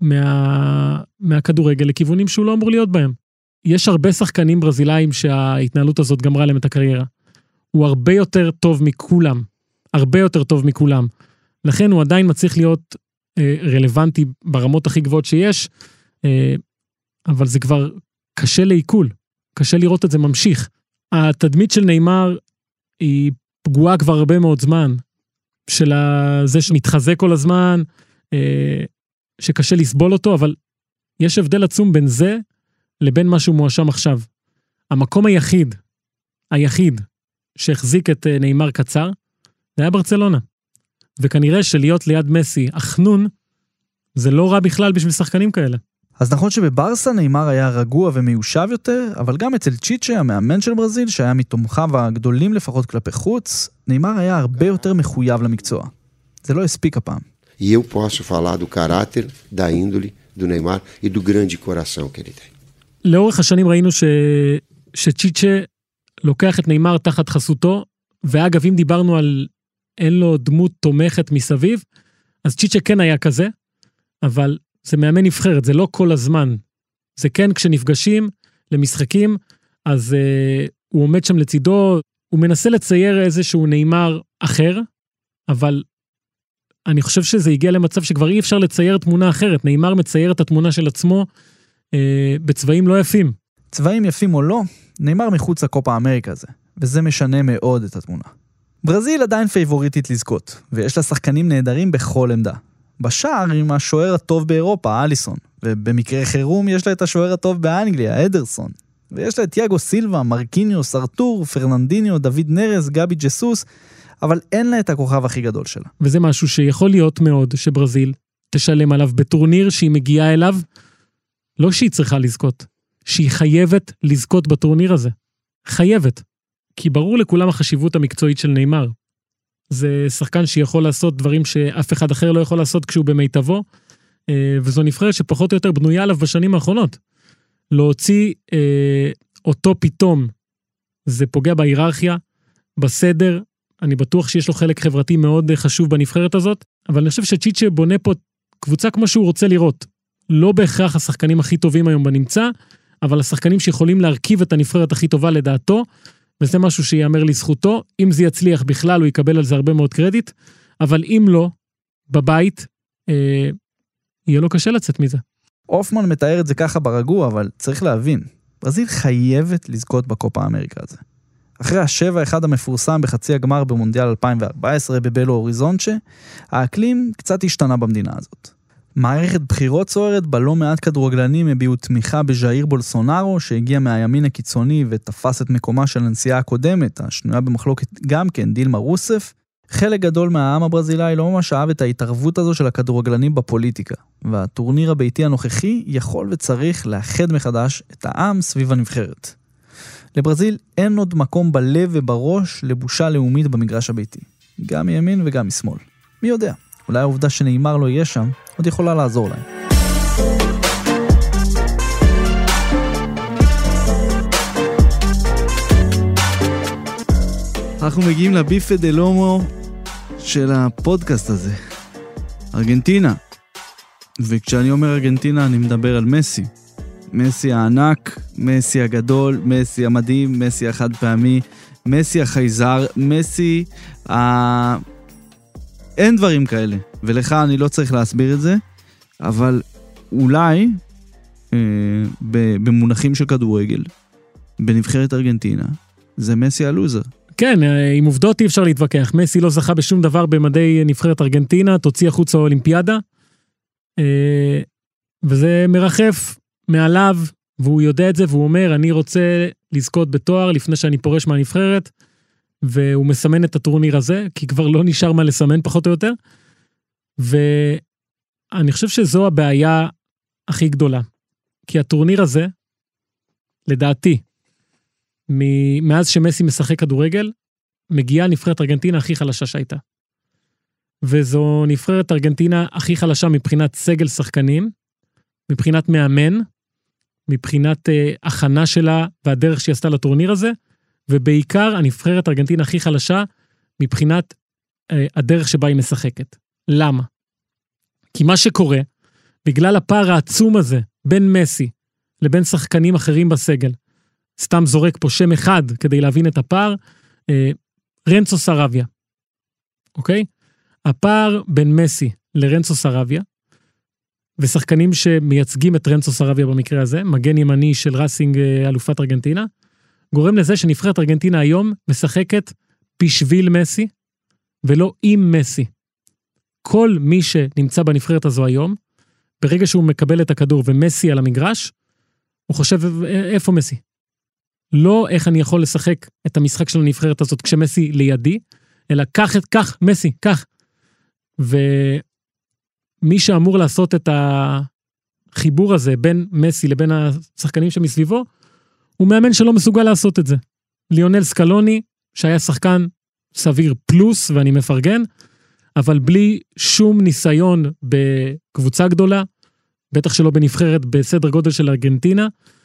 מהכדורגל לכיוונים שהוא לא אמור להיות בהם. יש הרבה שחקנים ברזילאים שההתנהלות הזאת גמרה להם את הקריירה. הוא הרבה יותר טוב מכולם, הרבה יותר טוב מכולם. לכן הוא עדיין מצליח להיות רלוונטי ברמות הכי גבוהות שיש, אבל זה כבר קשה לעיכול. קשה לראות את זה ממשיך. התדמית של ניימר היא פגועה כבר הרבה מאוד זמן, של זה שמתחזק כל הזמן, שקשה לסבול אותו, אבל יש הבדל עצום בין זה לבין מה שהוא מואשם עכשיו. המקום היחיד שהחזיק את ניימר קצר, זה היה ברצלונה. וכנראה שלהיות ליד מסי, החנון, זה לא רע בכלל בשביל שחקנים כאלה. אז נכון שבברסה ניימר היה רגוע ומיושב יותר, אבל גם אצל צ'יצ'ה, המאמן של ברזיל, שהיה מתומכיו הגדולים לפחות כלפי חוץ, ניימר היה הרבה יותר מחויב למקצוע. זה לא הספיק הפעם. Eu posso falar do caráter, da índole do Neymar e do grande coração que ele tem. לאורך השנים ראינו שצ'יצ'ה לוקח את ניימר תחת חסותו, ואגב, אם דיברנו על אין לו דמות תומכת מסביב, אז צ'יצ'ה כן היה כזה, אבל זה מאמן נבחרת, זה לא כל הזמן. זה כן כשנפגשים למשחקים, אז הוא עומד שם לצידו, הוא מנסה לצייר איזשהו ניימר אחר, אבל אני חושב שזה הגיע למצב שכבר אי אפשר לצייר תמונה אחרת. ניימר מצייר את התמונה של עצמו בצבעים לא יפים. צבעים יפים או לא, ניימר מחוץ לקופה אמריקה הזה, וזה משנה מאוד את התמונה. ברזיל עדיין פייבוריטית לזכות, ויש לה שחקנים נהדרים בכל עמדה. בשער עם השוער הטוב באירופה, אליסון, ובמקרה חירום יש לה את השוער הטוב באנגליה, אדרסון, ויש לה את יאגו סילבה, מרקיניוס, ארתור, פרננדיניו, דוד נרס, גבי ג'סוס, אבל אין לה את הכוכב הכי גדול שלה. וזה משהו שיכול להיות מאוד שברזיל תשלם עליו בטורניר שהיא מגיעה אליו, לא שהיא צריכה לזכות, שהיא חייבת לזכות בטורניר הזה. חייבת. כי ברור לכולם החשיבות המקצועית של ניימר. זה שחקן שיכול לעשות דברים שאף אחד אחר לא יכול לעשות כשהוא במיטבו, וזו נבחרת שפחות או יותר בנויה עליו בשנים האחרונות. להוציא אותו פתאום, זה פוגע בהיררכיה, בסדר, אני בטוח שיש לו חלק חברתי מאוד חשוב בנבחרת הזאת, אבל אני חושב שצ'יצ'ה בונה פה קבוצה כמו שהוא רוצה לראות. לא בהכרח השחקנים הכי טובים היום בנמצא, אבל השחקנים שיכולים להרכיב את הנבחרת הכי טובה לדעתו, וזה משהו שיאמר לזכותו. אם זה יצליח בכלל, הוא יקבל על זה הרבה מאוד קרדיט, אבל אם לא, בבית, יהיה לו קשה לצאת מזה. אופמן מתאר את זה ככה ברגוע, אבל צריך להבין, ברזיל חייבת לזכות בקופה אמריקה הזה. אחרי ה7-1 המפורסם בחצי הגמר במונדיאל 2014 בבלו אוריזונצ'ה, האקלים קצת השתנה במדינה הזאת. מערכת בחירות סוערת בלא מעט כדורגלנים הביעו תמיכה בז'איר בולסונארו, שהגיע מהימין הקיצוני ותפס את מקומה של הנשיאה הקודמת, השנויה במחלוקת גם כן, דילמה רוסף. חלק גדול מהעם הברזילאי לא ממש אהב את ההתערבות הזו של הכדורגלנים בפוליטיקה, והטורניר הביתי הנוכחי יכול וצריך לאחד מחדש את העם סביב הנבחרת. לברזיל אין עוד מקום בלב ובראש לבושה לאומית במגרש הביתי, גם מימין וגם משמאל. מי יודע, אולי העובדה שניימר לא יהיה שם עוד יכולה לעזור להם. אנחנו מגיעים לביפה דה לומו של הפודקאסט הזה. ארגנטינה. וכשאני אומר ארגנטינה אני מדבר על מסי. מסי הענק, מסי הגדול, מסי המדהים, מסי החד פעמי, מסי החייזר, מסי אין דברים כאלה. ולך אני לא צריך להסביר את זה, אבל אולי במונחים של כדורגל, בנבחרת ארגנטינה, זה מסי הלוזר. כן, עם עובדות אי אפשר להתווכח. מסי לא זכה בשום דבר במדי נבחרת ארגנטינה, תוציא החוץ האולימפיאדה, וזה מרחף מעליו, והוא יודע את זה, והוא אומר, אני רוצה לזכות בתואר לפני שאני פורש מהנבחרת, והוא מסמן את הטורניר הזה, כי כבר לא נשאר מה לסמן פחות או יותר, ואני חושב שזו הבעיה הכי גדולה, כי הטורניר הזה, לדעתי, מאז שמסי משחק כדורגל, מגיעה נבחרת ארגנטינה הכי חלשה שהייתה. וזו נבחרת ארגנטינה הכי חלשה מבחינת סגל שחקנים, מבחינת מאמן, מבחינת הכנה שלה והדרך שהיא עשתה לטורניר הזה, ובעיקר הנבחרת ארגנטינה הכי חלשה מבחינת הדרך שבה היא משחקת. למה? כי מה שקורה, בגלל הפער העצום הזה בין מסי לבין שחקנים אחרים בסגל, סתם זורק פה שם אחד כדי להבין את הפער, רנצו סרביה. אוקיי? הפער בין מסי לרנצו סרביה, ושחקנים שמייצגים את רנצו סרביה במקרה הזה, מגן ימני של רסינג אלופת ארגנטינה, גורם לזה שנבחרת ארגנטינה היום משחקת בשביל מסי, ולא עם מסי. כל מי שנמצא בנבחרת הזו היום, ברגע שהוא מקבל את הכדור ומסי על המגרש, הוא חושב איפה מסי? לא איך אני יכול לשחק את המשחק של הנבחרת הזאת כשמסי לידי, אלא כך מסי, כך. ומי שאמור לעשות את החיבור הזה בין מסי לבין השחקנים שמסביבו, הוא מאמן שלא מסוגל לעשות את זה. ליונל סקלוני, שהיה שחקן סביר פלוס, ואני מפרגן, אבל בלי שום ניסיון בקבוצה גדולה, בטח שלא בנבחרת בסדר גודל של ארגנטינה,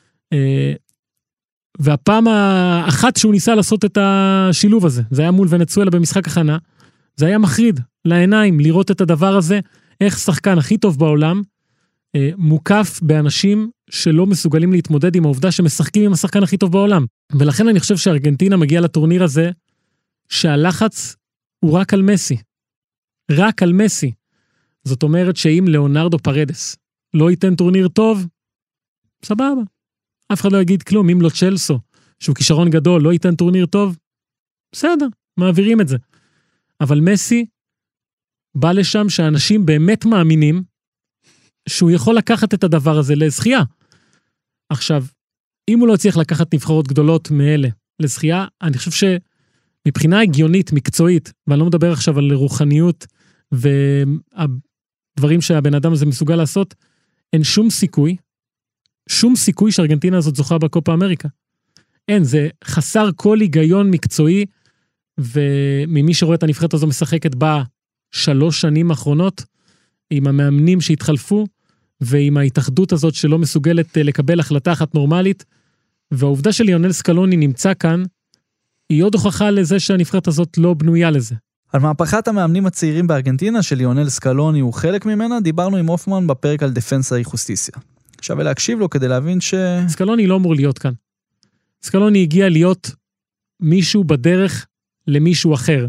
והפעם האחת שהוא ניסה לעשות את השילוב הזה, זה היה מול ונצואלה במשחק הכנה, זה היה מחריד לעיניים לראות את הדבר הזה, איך שחקן הכי טוב בעולם, מוקף באנשים שלא מסוגלים להתמודד עם העובדה שמשחקים עם השחקן הכי טוב בעולם. ולכן אני חושב שארגנטינה מגיעה לטורניר הזה, שהלחץ הוא רק על מסי. רק על מסי. זאת אומרת שאם ליאונרדו פרדס לא ייתן טורניר טוב, סבבה. אף אחד לא יגיד כלום. אם לא צ'לסו, שהוא כישרון גדול, לא ייתן טורניר טוב, בסדר, מעבירים את זה. אבל מסי בא לשם שאנשים באמת מאמינים שהוא יכול לקחת את הדבר הזה לזכייה. עכשיו, אם הוא לא צריך לקחת נבחרות גדולות מאלה לזכייה, אני חושב שמבחינה הגיונית, מקצועית, ואני לא מדבר עכשיו על רוחניות והדברים שהבן אדם הזה מסוגל לעשות, אין שום סיכוי שום סיכוי שארגנטינה הזאת זוכה בקופה אמריקה. אין, זה חסר כל היגיון מקצועי, וממי שרואה את הנבחרת הזו משחקת בה 3 שנים האחרונות, עם המאמנים שהתחלפו, ועם ההתאחדות הזאת שלא מסוגלת לקבל החלטה אחת נורמלית, והעובדה שליונל סקלוני נמצא כאן, היא עוד הוכחה לזה שהנבחרת הזאת לא בנויה לזה. על מהפכת המאמנים הצעירים בארגנטינה, שליונל סקלוני הוא חלק ממנה, דיברנו עם אופמן בפרק על דפנסה יחוסטיסיה. שווה להקשיב לו כדי להבין סקלוני לא אמור להיות כאן. סקלוני הגיע להיות מישהו בדרך למישהו אחר.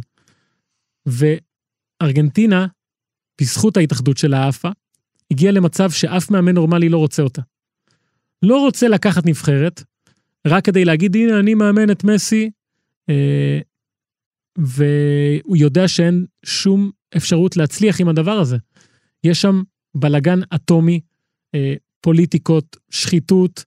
וארגנטינה, בזכות ההתאחדות של האפה, הגיע למצב שאף מאמן נורמלי לא רוצה אותה. לא רוצה לקחת נבחרת, רק כדי להגיד, הנה, אני מאמן את מסי, והוא יודע שאין שום אפשרות להצליח עם הדבר הזה. יש שם בלגן אטומי, פוליטיקות, שחיתות,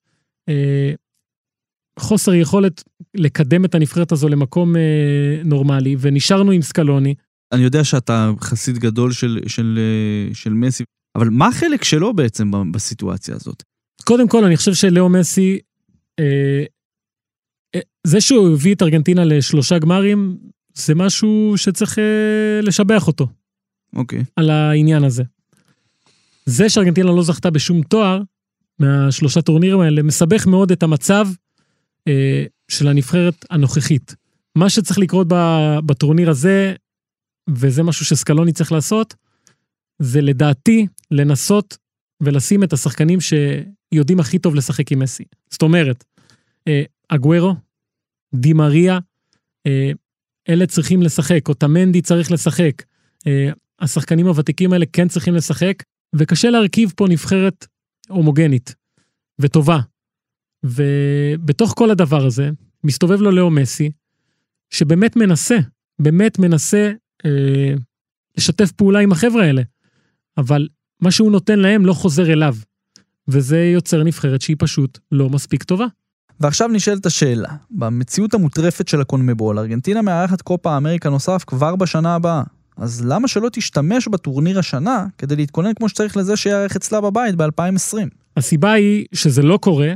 חוסר יכולת לקדם את הנבחרת הזו למקום נורמלי, ונשארנו עם סקלוני. אני יודע שאתה חסיד גדול של מסי, אבל מה החלק שלו בעצם בסיטואציה הזאת? קודם כל, אני חושב שלאו מסי, זה שהוא הביא את ארגנטינה ל3 גמרים, זה משהו שצריך לשבח אותו. אוקיי. על העניין הזה. זה שארגנטינה לא זכתה בשום תואר, מה3 טורנירים האלה, מסבך מאוד את המצב של הנבחרת הנוכחית. מה שצריך לקרות בטורניר הזה, וזה משהו שסקלוני צריך לעשות, זה לדעתי לנסות ולשים את השחקנים שיודעים הכי טוב לשחק עם מסי. זאת אומרת, אגוארו, די מריה, אלה צריכים לשחק, אוטמנדי צריך לשחק, השחקנים הוותיקים האלה כן צריכים לשחק, וקשה להרכיב פה נבחרת הומוגנית וטובה. ובתוך כל הדבר הזה, מסתובב לו לאו מסי, שבאמת מנסה לשתף פעולה עם החבר'ה האלה, אבל מה שהוא נותן להם לא חוזר אליו, וזה יוצר נבחרת שהיא פשוט לא מספיק טובה. ועכשיו נשאלת השאלה, במציאות המוטרפת של הקונמבול, ארגנטינה מארחת קופה אמריקה נוסף כבר בשנה הבאה, אז למה שלא תשתמש בטורניר השנה, כדי להתכונן כמו שצריך לזה שיערך אצלה בבית ב-2020? הסיבה היא שזה לא קורה,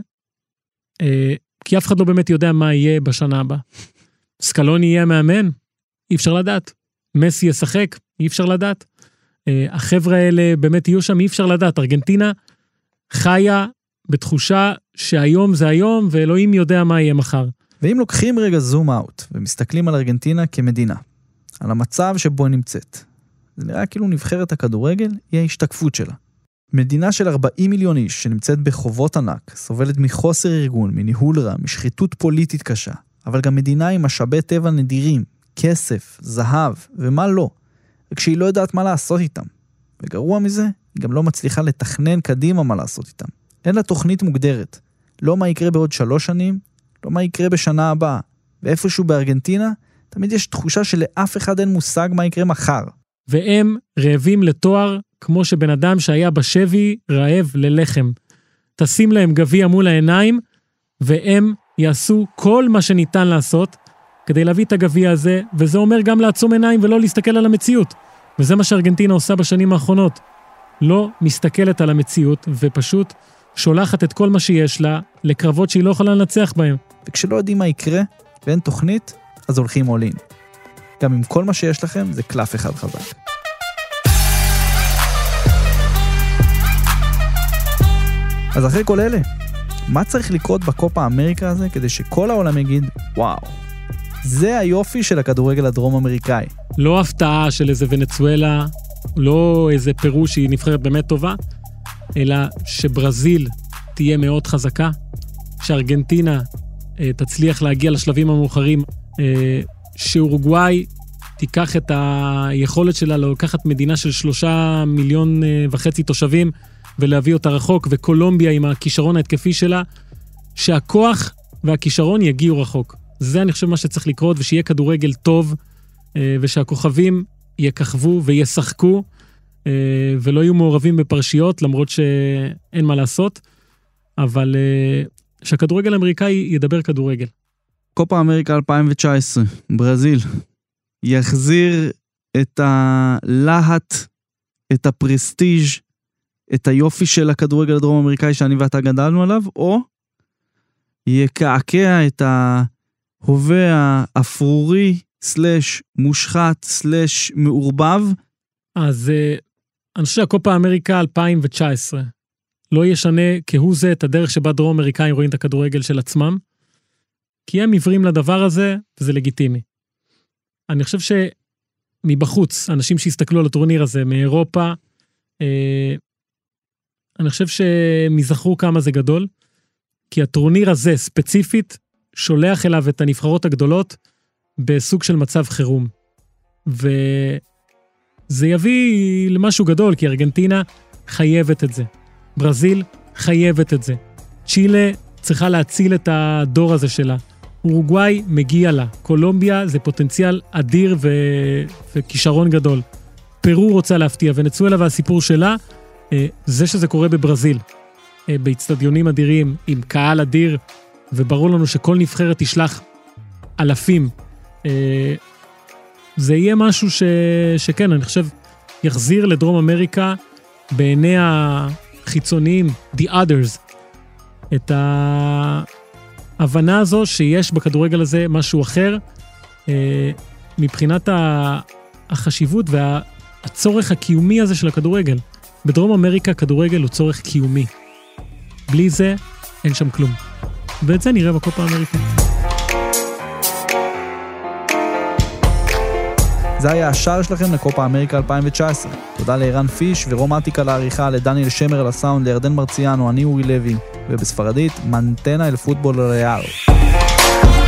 כי אף אחד לא באמת יודע מה יהיה בשנה הבאה. סקלוני יהיה מאמן, אי אפשר לדעת. מסי ישחק, אי אפשר לדעת. החבר'ה האלה באמת יהיו שם, אי אפשר לדעת. ארגנטינה חיה בתחושה שהיום זה היום, ואלוהים יודע מה יהיה מחר. ואם לוקחים רגע זום אאוט, ומסתכלים על ארגנטינה כמדינה, על המצב שבו היא נמצאת, זה נראה כאילו נבחרת הכדורגל היא ההשתקפות שלה. מדינה של 40 מיליון איש שנמצאת בחובות ענק, סובלת מחוסר ארגון, מניהול רע, משחיתות פוליטית קשה, אבל גם מדינה עם משאבי טבע נדירים, כסף, זהב ומה לא, וכשהיא לא יודעת מה לעשות איתם. וגרוע מזה, היא גם לא מצליחה לתכנן קדימה מה לעשות איתם. אין לה תוכנית מוגדרת. לא מה יקרה בעוד 3 שנים, לא מה יקרה בשנה הבאה. ואיפשהו בארגנטינה, תמיד יש תחושה שלאף אחד אין מושג מה יקרה מחר. והם רעבים לתואר, כמו שבן אדם שהיה בשבי רעב ללחם. תשים להם גביע מול העיניים, והם יעשו כל מה שניתן לעשות, כדי להביא את הגביע הזה, וזה אומר גם לעצום עיניים ולא להסתכל על המציאות. וזה מה שארגנטינה עושה בשנים האחרונות. לא מסתכלת על המציאות, ופשוט שולחת את כל מה שיש לה, לקרבות שהיא לא יכולה לנצח בהם. וכשלא יודעים מה יקרה, ואין תוכנית, אז הולכים עולין. גם עם כל מה שיש לכם, זה קלף אחד חזק. אז אחרי כל אלה, מה צריך לקרות בקופה אמריקה הזה, כדי שכל העולם יגיד, וואו, זה היופי של הכדורגל הדרום אמריקאי. לא הפתעה של איזה ונצואלה, לא איזה פירוש שהיא נבחרת באמת טובה, אלא שברזיל תהיה מאוד חזקה, שארגנטינה תצליח להגיע לשלבים המאוחרים, שאורוגוואי תיקח את היכולת שלה לקחת מדינה של 3.5 מיליון תושבים, ולהביא אותה רחוק, וקולומביה עם הכישרון ההתקפי שלה, שהכוח והכישרון יגיעו רחוק. זה אני חושב מה שצריך לקרות, ושיהיה כדורגל טוב, ושהכוכבים יככבו וישחקו, ולא יהיו מעורבים בפרשיות, למרות שאין מה לעשות, אבל שהכדורגל האמריקאי ידבר כדורגל. קופה אמריקה 2019, ברזיל, יחזיר את הלהט, את הפרסטיג', את היופי של הכדורגל הדרום אמריקאי שאני ואתה גדלנו עליו, או יקעקע את ההווה האפרורי, סלש מושחת, סלש מעורבב. אז אני חושב שהקופה אמריקה 2019 לא ישנה כהוא זה את הדרך שבה דרום אמריקאים רואים את הכדורגל של עצמם, כי הם עיוורים לדבר הזה, וזה לגיטימי. אני חושב שמבחוץ, אנשים שהסתכלו על הטורניר הזה, מאירופה, אני חושב שהם יזכרו כמה זה גדול, כי הטורניר הזה ספציפית, שולח אליו את הנבחרות הגדולות, בסוג של מצב חירום. וזה יביא למשהו גדול, כי ארגנטינה חייבת את זה. ברזיל חייבת את זה. צ'ילה צריכה להציל את הדור הזה שלה. אורוגוואי מגיע לה. קולומביה זה פוטנציאל אדיר וכישרון גדול. פרו רוצה להפתיע, ונצואלה והסיפור שלה, זה שזה קורה בברזיל. באצטדיונים אדירים, עם קהל אדיר, וברור לנו שכל נבחרת תשלח אלפים. זה יהיה משהו שכן, אני חושב, יחזיר לדרום אמריקה בעיני החיצוניים, the others, את ההבנה הזו שיש בכדורגל הזה משהו אחר, מבחינת החשיבות והצורך הקיומי הזה של הכדורגל. בדרום אמריקה כדורגל הוא צורך קיומי. בלי זה אין שם כלום. ואת זה נראה בקופה האמריקה. זה היה השער שלכם לקופה אמריקה 2019. תודה לאירן פיש ורומטיקה לעריכה, לדניאל שמר על הסאונד, לירדן מרציאנו, אני אורי לוי, ובספרדית, מנטנה אל פוטבול ריאל.